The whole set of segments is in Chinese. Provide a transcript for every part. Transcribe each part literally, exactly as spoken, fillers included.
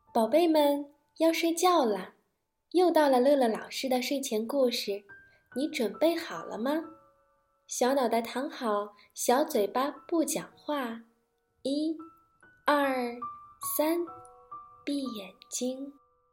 宝贝们，要睡觉了，又到了乐乐老师的睡前故事，你准备好了吗？小脑袋躺好，小嘴巴不讲话，一、二、三，闭眼睛。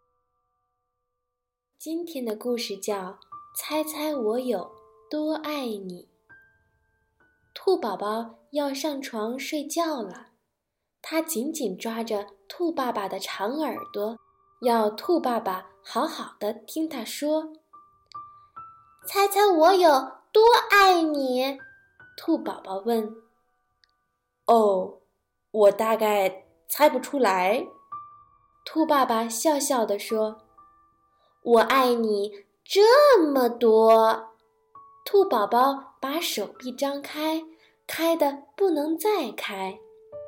今天的故事叫《猜猜我有多爱你》。兔宝宝要上床睡觉了，他紧紧抓着兔爸爸的长耳朵，要兔爸爸好好的听他说。猜猜我有多爱你？兔宝宝问。 哦，我大概猜不出来。 兔爸爸笑笑地说。我爱你这么多。兔宝宝把手臂张开，开得不能再开。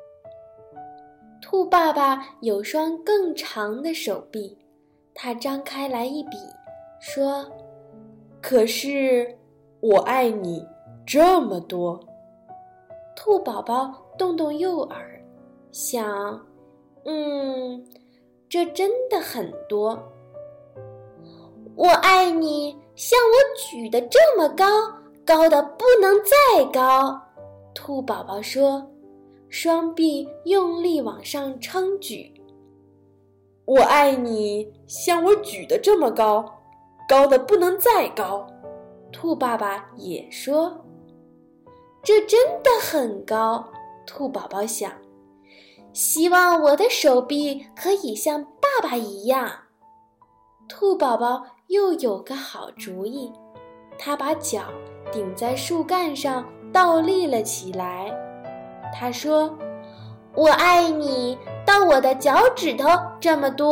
兔爸爸有双更长的手臂，他张开来一比，说： 可是我爱你这么多。 兔宝宝动动右耳，想，嗯，这真的很多。我爱你像我举得这么高，高得不能再高。兔宝宝说，双臂用力往上撑举。 我爱你像我举得这么高，高得不能再高。 兔爸爸也说，这真的很高。兔宝宝想，希望我的手臂可以像爸爸一样。兔宝宝又有个好主意，他把脚顶在树干上倒立了起来。他说，我爱你到我的脚趾头这么多。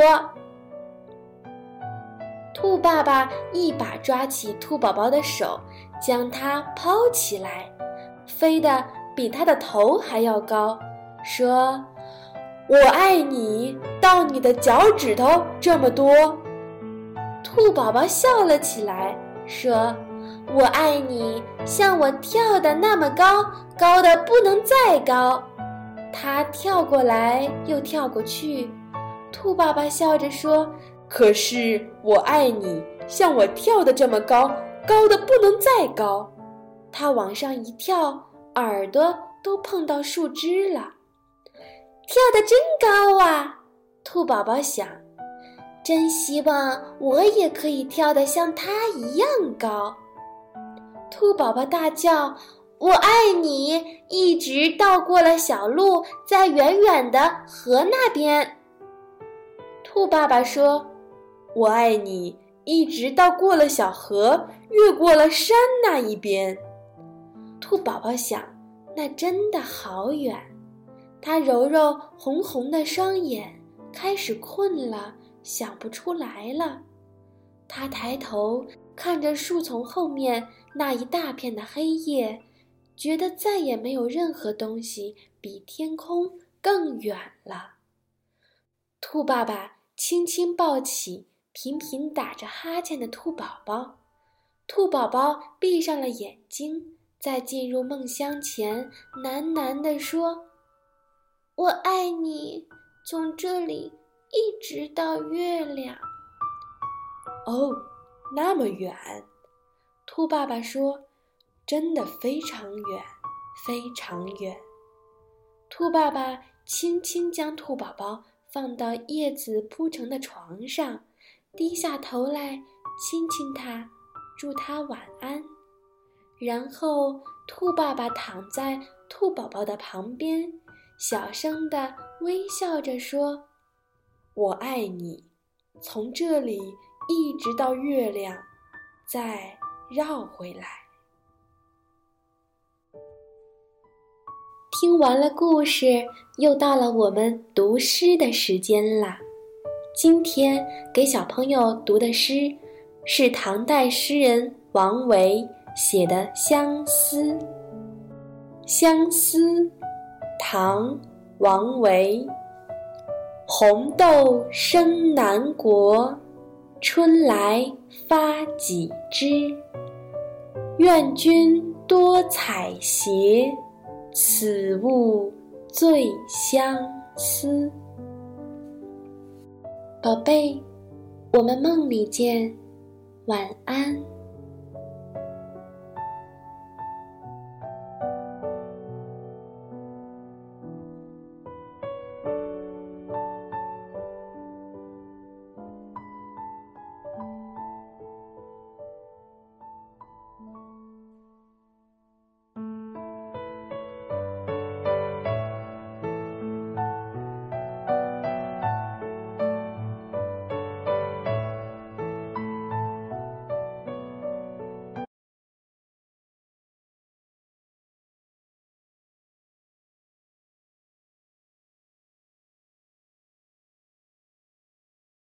兔爸爸一把抓起兔宝宝的手，将它抛起来，飞得比他的头还要高，说， 我爱你到你的脚趾头这么多。 兔宝宝笑了起来，说，我爱你像我跳得那么高，高得不能再高。他跳过来又跳过去，兔爸爸笑着说， 可是我爱你像我跳得这么高，高得不能再高。 他往上一跳，耳朵都碰到树枝了。跳得真高啊！兔宝宝想，真希望我也可以跳得像他一样高。兔宝宝大叫，我爱你，一直到过了小路，在远远的河那边。兔爸爸说， 我爱你，一直到过了小河，越过了山那一边。 兔宝宝想，那真的好远。他揉揉红红的双眼，开始困了，想不出来了。他抬头看着树丛后面那一大片的黑夜，觉得再也没有任何东西比天空更远了。兔爸爸轻轻抱起频频打着哈欠的兔宝宝，兔宝宝闭上了眼睛，在进入梦乡前喃喃地说，我爱你，从这里一直到月亮。 哦，那么远。 兔爸爸说，真的非常远，非常远。兔爸爸轻轻将兔宝宝放到叶子铺成的床上，低下头来亲亲它，祝它晚安。然后兔爸爸躺在兔宝宝的旁边，小声地微笑着说， 我爱你，从这里一直到月亮，再绕回来。 听完了故事，又到了我们读诗的时间啦。今天给小朋友读的诗是唐代诗人王维写的《相思》。相思，唐·王维。红豆生南国，春来发几枝。愿君多采撷，此物最相思。 宝贝，我们梦里见，晚安。